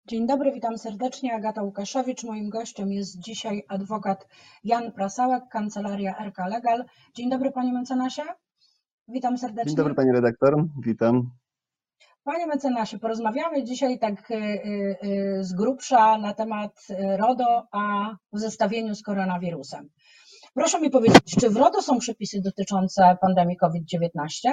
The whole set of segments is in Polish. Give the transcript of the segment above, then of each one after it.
Dzień dobry, witam serdecznie. Agata Łukaszewicz. Moim gościem jest dzisiaj adwokat Jan Prasałek, Kancelaria RK Legal. Dzień dobry, panie mecenasie. Witam serdecznie. Dzień dobry, pani redaktor. Witam. Panie mecenasie, porozmawiamy dzisiaj tak z grubsza na temat RODO, a w zestawieniu z koronawirusem. Proszę mi powiedzieć, czy w RODO są przepisy dotyczące pandemii COVID-19?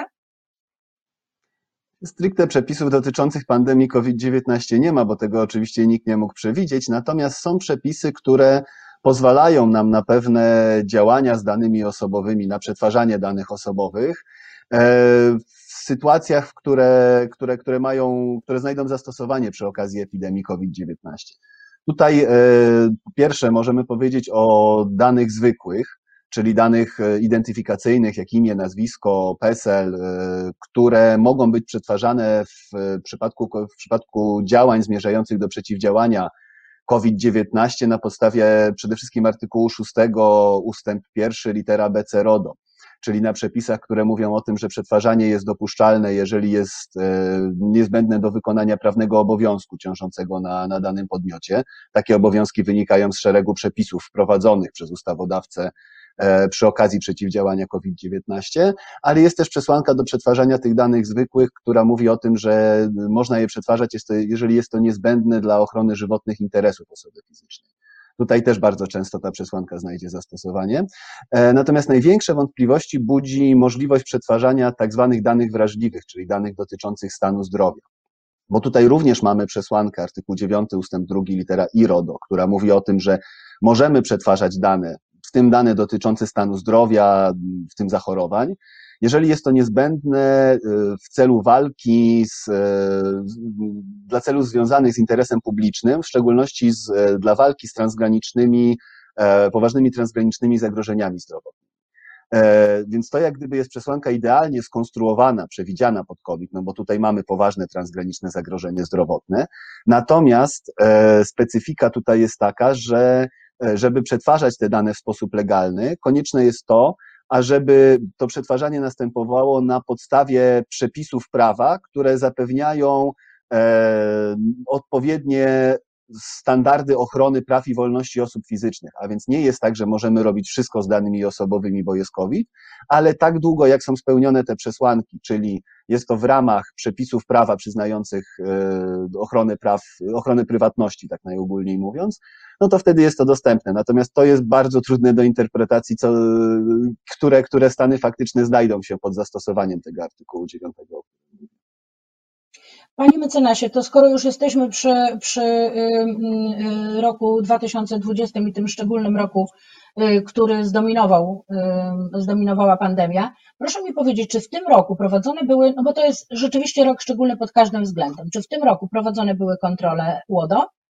Stricte przepisów dotyczących pandemii COVID-19 nie ma, bo tego oczywiście nikt nie mógł przewidzieć, natomiast są przepisy, które pozwalają nam na pewne działania z danymi osobowymi, na przetwarzanie danych osobowych w sytuacjach, które znajdą zastosowanie przy okazji epidemii COVID-19. Tutaj po pierwsze możemy powiedzieć o danych zwykłych, czyli danych identyfikacyjnych, jak imię, nazwisko, PESEL, które mogą być przetwarzane w przypadku działań zmierzających do przeciwdziałania COVID-19 na podstawie przede wszystkim artykułu 6 ustęp 1 litera BC RODO, czyli na przepisach, które mówią o tym, że przetwarzanie jest dopuszczalne, jeżeli jest niezbędne do wykonania prawnego obowiązku ciążącego na danym podmiocie. Takie obowiązki wynikają z szeregu przepisów wprowadzonych przez ustawodawcę przy okazji przeciwdziałania COVID-19, ale jest też przesłanka do przetwarzania tych danych zwykłych, która mówi o tym, że można je przetwarzać, jeżeli jest to niezbędne dla ochrony żywotnych interesów osoby fizycznej. Tutaj też bardzo często ta przesłanka znajdzie zastosowanie. Natomiast największe wątpliwości budzi możliwość przetwarzania tak zwanych danych wrażliwych, czyli danych dotyczących stanu zdrowia. Bo tutaj również mamy przesłankę, artykuł 9 ustęp 2 litera I RODO, która mówi o tym, że możemy przetwarzać dane, w tym dane dotyczące stanu zdrowia, w tym zachorowań, jeżeli jest to niezbędne w celu walki, dla celów związanych z interesem publicznym, w szczególności dla walki z poważnymi transgranicznymi zagrożeniami zdrowotnymi. Więc to jak gdyby jest przesłanka idealnie skonstruowana, przewidziana pod COVID, no bo tutaj mamy poważne transgraniczne zagrożenie zdrowotne. Natomiast specyfika tutaj jest taka, że żeby przetwarzać te dane w sposób legalny, konieczne jest to, ażeby to przetwarzanie następowało na podstawie przepisów prawa, które zapewniają odpowiednie standardy ochrony praw i wolności osób fizycznych, a więc nie jest tak, że możemy robić wszystko z danymi osobowymi, bo jest COVID, ale tak długo, jak są spełnione te przesłanki, czyli jest to w ramach przepisów prawa przyznających ochronę prywatności, tak najogólniej mówiąc, no to wtedy jest to dostępne. Natomiast to jest bardzo trudne do interpretacji, które stany faktyczne znajdą się pod zastosowaniem tego artykułu 9. Panie mecenasie, to skoro już jesteśmy przy roku 2020 i tym szczególnym roku, który zdominowała pandemia, proszę mi powiedzieć, czy w tym roku prowadzone były, no bo to jest rzeczywiście rok szczególny pod każdym względem, czy w tym roku prowadzone były kontrole UODO?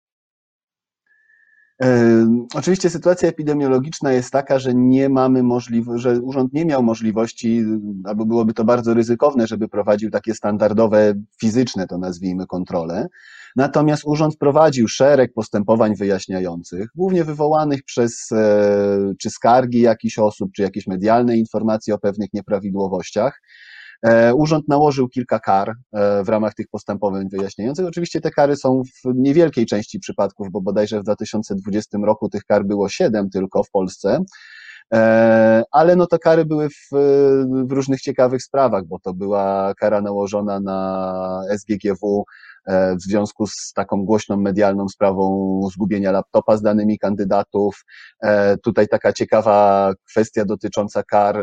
Oczywiście sytuacja epidemiologiczna jest taka, że że urząd nie miał możliwości, albo byłoby to bardzo ryzykowne, żeby prowadził takie standardowe, fizyczne, to nazwijmy, kontrole. Natomiast urząd prowadził szereg postępowań wyjaśniających, głównie wywołanych przez czy skargi jakichś osób, czy jakieś medialne informacje o pewnych nieprawidłowościach. Urząd nałożył kilka kar w ramach tych postępowań wyjaśniających. Oczywiście te kary są w niewielkiej części przypadków, bo bodajże w 2020 roku tych kar było 7 tylko w Polsce, ale no te kary były w różnych ciekawych sprawach, bo to była kara nałożona na SGGW w związku z taką głośną medialną sprawą zgubienia laptopa z danymi kandydatów. Tutaj taka ciekawa kwestia dotycząca kar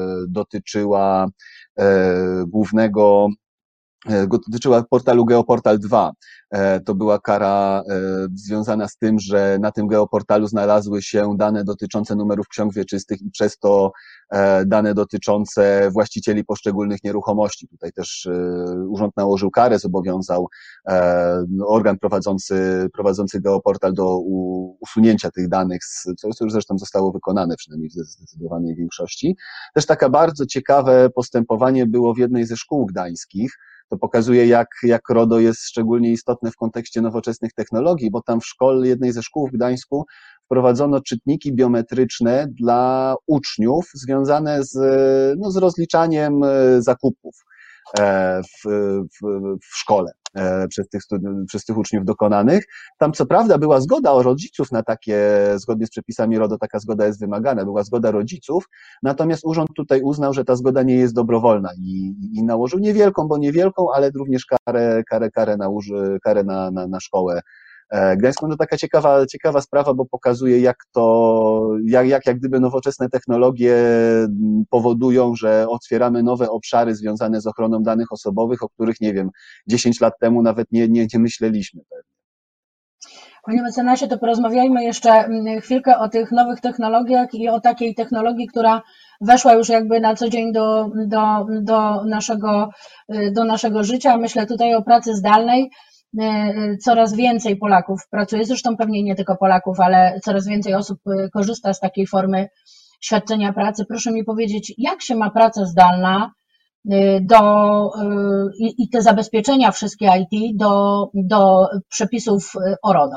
dotyczyła portalu Geoportal 2. To była kara związana z tym, że na tym geoportalu znalazły się dane dotyczące numerów ksiąg wieczystych i przez to dane dotyczące właścicieli poszczególnych nieruchomości. Tutaj też urząd nałożył karę, zobowiązał organ prowadzący geoportal do usunięcia tych danych, co już zresztą zostało wykonane, przynajmniej w zdecydowanej większości. Też takie bardzo ciekawe postępowanie było w jednej ze szkół gdańskich. To pokazuje, jak RODO jest szczególnie istotne w kontekście nowoczesnych technologii, bo tam w jednej ze szkół w Gdańsku wprowadzono czytniki biometryczne dla uczniów związane z rozliczaniem zakupów w szkole. przez tych uczniów dokonanych. Tam co prawda była zgoda od rodziców na takie, zgodnie z przepisami RODO taka zgoda jest wymagana, była zgoda rodziców, natomiast urząd tutaj uznał, że ta zgoda nie jest dobrowolna i nałożył niewielką, ale również karę na szkołę gdańską. To taka ciekawa sprawa, bo pokazuje, jak gdyby nowoczesne technologie powodują, że otwieramy nowe obszary związane z ochroną danych osobowych, o których, nie wiem, 10 lat temu nawet nie myśleliśmy. Panie mecenasie, to porozmawiajmy jeszcze chwilkę o tych nowych technologiach i o takiej technologii, która weszła już jakby na co dzień do naszego życia. Myślę tutaj o pracy zdalnej. Coraz więcej Polaków pracuje, zresztą pewnie nie tylko Polaków, ale coraz więcej osób korzysta z takiej formy świadczenia pracy. Proszę mi powiedzieć, jak się ma praca zdalna i te zabezpieczenia wszystkie IT do przepisów o RODO?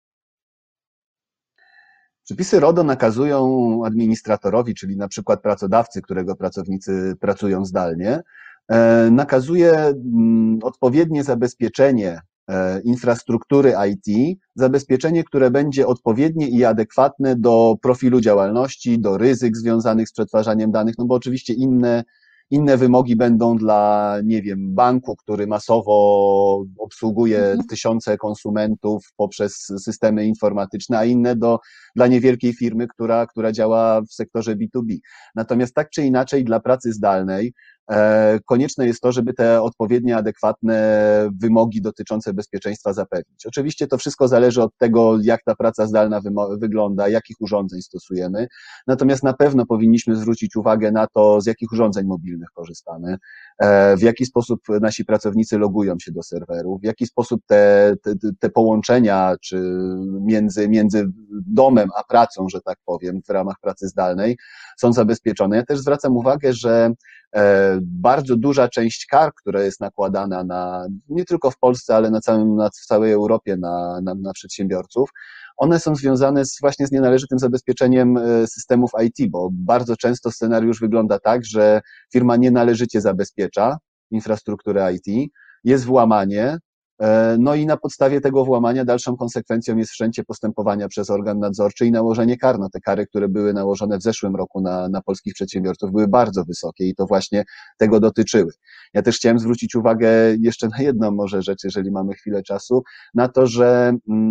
Przepisy RODO nakazują administratorowi, czyli na przykład pracodawcy, którego pracownicy pracują zdalnie, nakazuje odpowiednie zabezpieczenie infrastruktury IT, zabezpieczenie, które będzie odpowiednie i adekwatne do profilu działalności, do ryzyk związanych z przetwarzaniem danych, no bo oczywiście inne wymogi będą dla, nie wiem, banku, który masowo obsługuje tysiące konsumentów poprzez systemy informatyczne, a inne dla niewielkiej firmy, która działa w sektorze B2B. Natomiast tak czy inaczej dla pracy zdalnej konieczne jest to, żeby te odpowiednie, adekwatne wymogi dotyczące bezpieczeństwa zapewnić. Oczywiście to wszystko zależy od tego, jak ta praca zdalna wygląda, jakich urządzeń stosujemy, natomiast na pewno powinniśmy zwrócić uwagę na to, z jakich urządzeń mobilnych korzystamy, w jaki sposób nasi pracownicy logują się do serwerów, w jaki sposób te połączenia czy między domem a pracą, że tak powiem, w ramach pracy zdalnej są zabezpieczone. Ja też zwracam uwagę, że bardzo duża część kar, która jest nakładana nie tylko w Polsce, ale w całej Europie na przedsiębiorców, one są związane właśnie z nienależytym zabezpieczeniem systemów IT, bo bardzo często scenariusz wygląda tak, że firma nienależycie zabezpiecza infrastrukturę IT, jest włamanie, no i na podstawie tego włamania dalszą konsekwencją jest wszczęcie postępowania przez organ nadzorczy i nałożenie kar. No te kary, które były nałożone w zeszłym roku na polskich przedsiębiorców, były bardzo wysokie i to właśnie tego dotyczyły. Ja też chciałem zwrócić uwagę jeszcze na jedną może rzecz, jeżeli mamy chwilę czasu, na to, że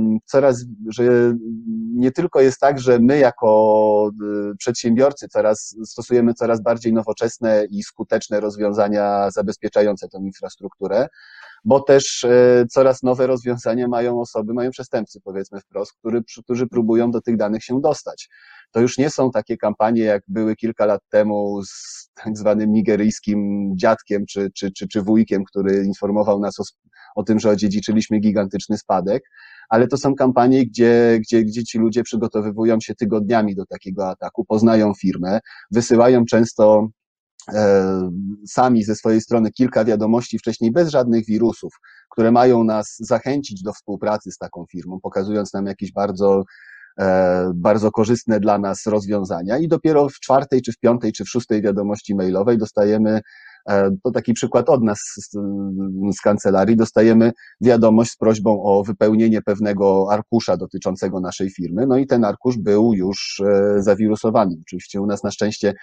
nie tylko jest tak, że my jako przedsiębiorcy stosujemy coraz bardziej nowoczesne i skuteczne rozwiązania zabezpieczające tę infrastrukturę, bo też coraz nowe rozwiązania mają przestępcy, powiedzmy wprost, którzy próbują do tych danych się dostać. To już nie są takie kampanie, jak były kilka lat temu z tak zwanym nigeryjskim dziadkiem czy wujkiem, który informował nas o tym, że odziedziczyliśmy gigantyczny spadek, ale to są kampanie, gdzie ci ludzie przygotowywują się tygodniami do takiego ataku, poznają firmę, wysyłają często sami ze swojej strony kilka wiadomości wcześniej bez żadnych wirusów, które mają nas zachęcić do współpracy z taką firmą, pokazując nam jakieś bardzo korzystne dla nas rozwiązania i dopiero w 4., czy w 5., czy w 6. wiadomości mailowej dostajemy, to taki przykład od nas z kancelarii, dostajemy wiadomość z prośbą o wypełnienie pewnego arkusza dotyczącego naszej firmy, no i ten arkusz był już zawirusowany. Oczywiście u nas na szczęście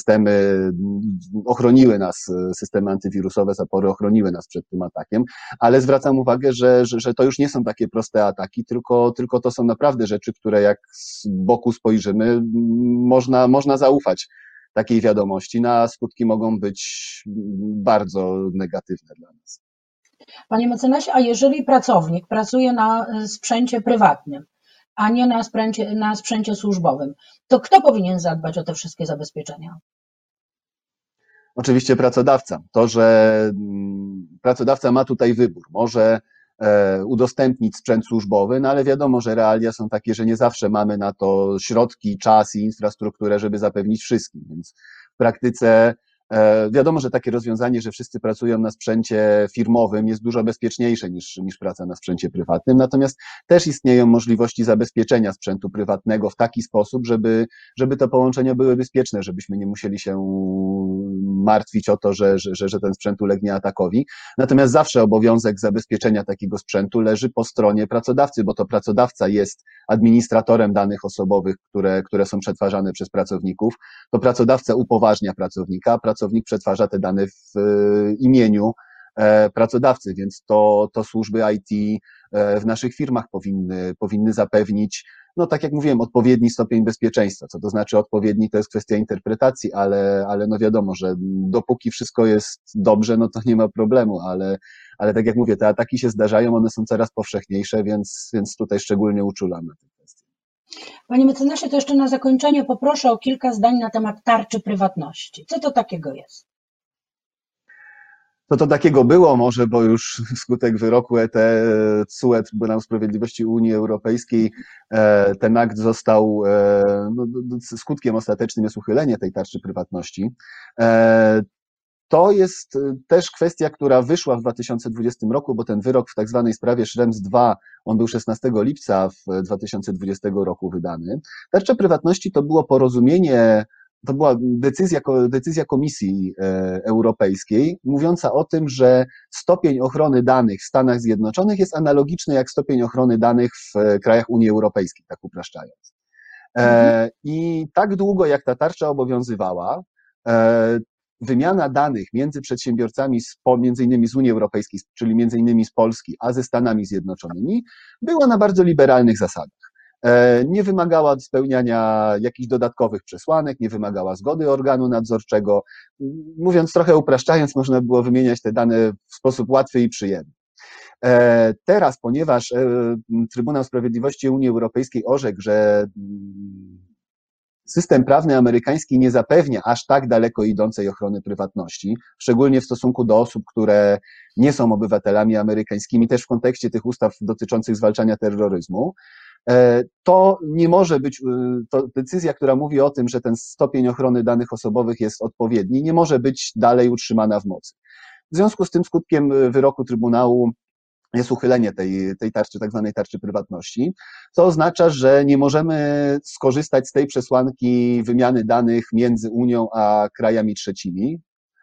systemy antywirusowe, zapory ochroniły nas przed tym atakiem, ale zwracam uwagę, że to już nie są takie proste ataki, tylko to są naprawdę rzeczy, które jak z boku spojrzymy, można zaufać takiej wiadomości, a skutki mogą być bardzo negatywne dla nas. Panie mecenasie, a jeżeli pracownik pracuje na sprzęcie prywatnym, a nie na sprzęcie służbowym, to kto powinien zadbać o te wszystkie zabezpieczenia? Oczywiście pracodawca. To, że pracodawca ma tutaj wybór, może udostępnić sprzęt służbowy, no ale wiadomo, że realia są takie, że nie zawsze mamy na to środki, czas i infrastrukturę, żeby zapewnić wszystkim, więc w praktyce Wiadomo, że takie rozwiązanie, że wszyscy pracują na sprzęcie firmowym, jest dużo bezpieczniejsze niż praca na sprzęcie prywatnym, natomiast też istnieją możliwości zabezpieczenia sprzętu prywatnego w taki sposób, żeby te połączenia były bezpieczne, żebyśmy nie musieli się martwić o to, że ten sprzęt ulegnie atakowi. Natomiast zawsze obowiązek zabezpieczenia takiego sprzętu leży po stronie pracodawcy, bo to pracodawca jest administratorem danych osobowych, które są przetwarzane przez pracowników. To pracodawca upoważnia pracownika, a pracownik przetwarza te dane w imieniu pracodawcy, więc to służby IT w naszych firmach powinny zapewnić, no tak jak mówiłem, odpowiedni stopień bezpieczeństwa. Co to znaczy odpowiedni, to jest kwestia interpretacji, ale no wiadomo, że dopóki wszystko jest dobrze, no to nie ma problemu, ale tak jak mówię, te ataki się zdarzają, one są coraz powszechniejsze, więc tutaj szczególnie uczulam na tę kwestię. Panie mecenasie, to jeszcze na zakończenie poproszę o kilka zdań na temat tarczy prywatności. Co to takiego jest? To takiego było może, bo już wskutek wyroku TSUE, Trybunału Sprawiedliwości Unii Europejskiej, ten akt został, no, skutkiem ostatecznym jest uchylenie tej tarczy prywatności. To jest też kwestia, która wyszła w 2020 roku, bo ten wyrok w tak zwanej sprawie Schrems II, on był 16 lipca w 2020 roku wydany. Tarcza prywatności to było porozumienie, to była decyzja Komisji Europejskiej, mówiąca o tym, że stopień ochrony danych w Stanach Zjednoczonych jest analogiczny jak stopień ochrony danych w krajach Unii Europejskiej, tak upraszczając. I tak długo jak ta tarcza obowiązywała, wymiana danych między przedsiębiorcami między innymi z Unii Europejskiej, czyli między innymi z Polski, a ze Stanami Zjednoczonymi, była na bardzo liberalnych zasadach. Nie wymagała spełniania jakichś dodatkowych przesłanek, nie wymagała zgody organu nadzorczego. Mówiąc trochę upraszczając, można było wymieniać te dane w sposób łatwy i przyjemny. Teraz, ponieważ Trybunał Sprawiedliwości Unii Europejskiej orzekł, że system prawny amerykański nie zapewnia aż tak daleko idącej ochrony prywatności, szczególnie w stosunku do osób, które nie są obywatelami amerykańskimi, też w kontekście tych ustaw dotyczących zwalczania terroryzmu, to nie może być, to decyzja, która mówi o tym, że ten stopień ochrony danych osobowych jest odpowiedni, nie może być dalej utrzymana w mocy. W związku z tym skutkiem wyroku Trybunału jest uchylenie tej tarczy, tak zwanej tarczy prywatności, co oznacza, że nie możemy skorzystać z tej przesłanki wymiany danych między Unią a krajami trzecimi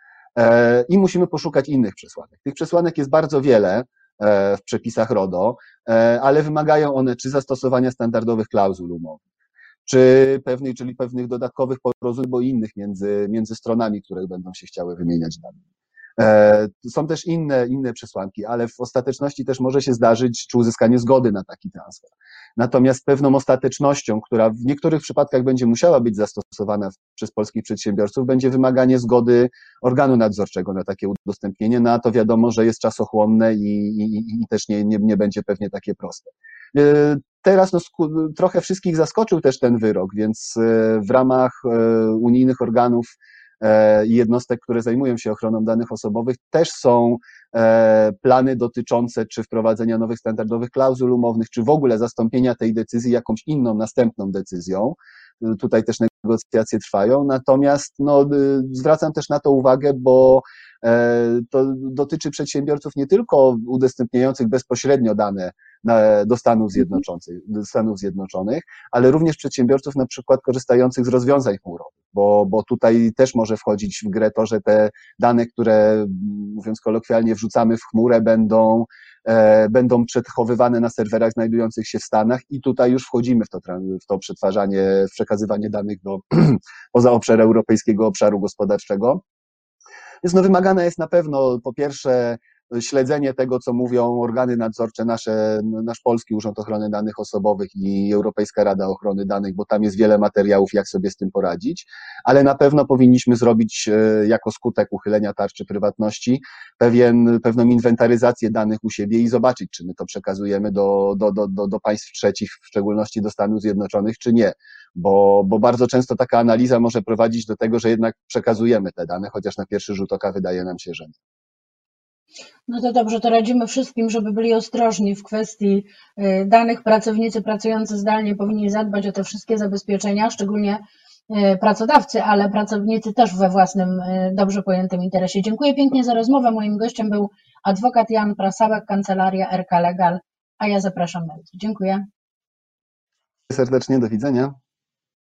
i musimy poszukać innych przesłanek. Tych przesłanek jest bardzo wiele w przepisach RODO, ale wymagają one czy zastosowania standardowych klauzul umowy, czyli pewnych dodatkowych porozumień, bo innych między stronami, które będą się chciały wymieniać danymi. Są też inne przesłanki, ale w ostateczności też może się zdarzyć, czy uzyskanie zgody na taki transfer. Natomiast pewną ostatecznością, która w niektórych przypadkach będzie musiała być zastosowana przez polskich przedsiębiorców, będzie wymaganie zgody organu nadzorczego na takie udostępnienie, no a to wiadomo, że jest czasochłonne i też nie będzie pewnie takie proste. Teraz trochę wszystkich zaskoczył też ten wyrok, więc w ramach unijnych organów i jednostek, które zajmują się ochroną danych osobowych, też są plany dotyczące czy wprowadzenia nowych standardowych klauzul umownych, czy w ogóle zastąpienia tej decyzji jakąś inną, następną decyzją. Tutaj też negocjacje trwają, natomiast zwracam też na to uwagę, bo to dotyczy przedsiębiorców nie tylko udostępniających bezpośrednio dane do Stanów Zjednoczonych, ale również przedsiębiorców na przykład korzystających z rozwiązań chmurowych, bo tutaj też może wchodzić w grę to, że te dane, które, mówiąc kolokwialnie, wrzucamy w chmurę, będą przechowywane na serwerach znajdujących się w Stanach i tutaj już wchodzimy w to przetwarzanie, w przekazywanie danych poza obszar europejskiego obszaru gospodarczego. Więc wymagane jest na pewno po pierwsze śledzenie tego, co mówią organy nadzorcze, nasz Polski Urząd Ochrony Danych Osobowych i Europejska Rada Ochrony Danych, bo tam jest wiele materiałów, jak sobie z tym poradzić, ale na pewno powinniśmy zrobić jako skutek uchylenia tarczy prywatności pewną inwentaryzację danych u siebie i zobaczyć, czy my to przekazujemy do państw trzecich, w szczególności do Stanów Zjednoczonych, czy nie. Bo bardzo często taka analiza może prowadzić do tego, że jednak przekazujemy te dane, chociaż na pierwszy rzut oka wydaje nam się, że nie. No to dobrze, to radzimy wszystkim, żeby byli ostrożni w kwestii danych. Pracownicy pracujący zdalnie powinni zadbać o te wszystkie zabezpieczenia, szczególnie pracodawcy, ale pracownicy też we własnym, dobrze pojętym interesie. Dziękuję pięknie za rozmowę. Moim gościem był adwokat Jan Prasałek, Kancelaria RK Legal, a ja zapraszam na jutro. Dziękuję. Serdecznie, do widzenia.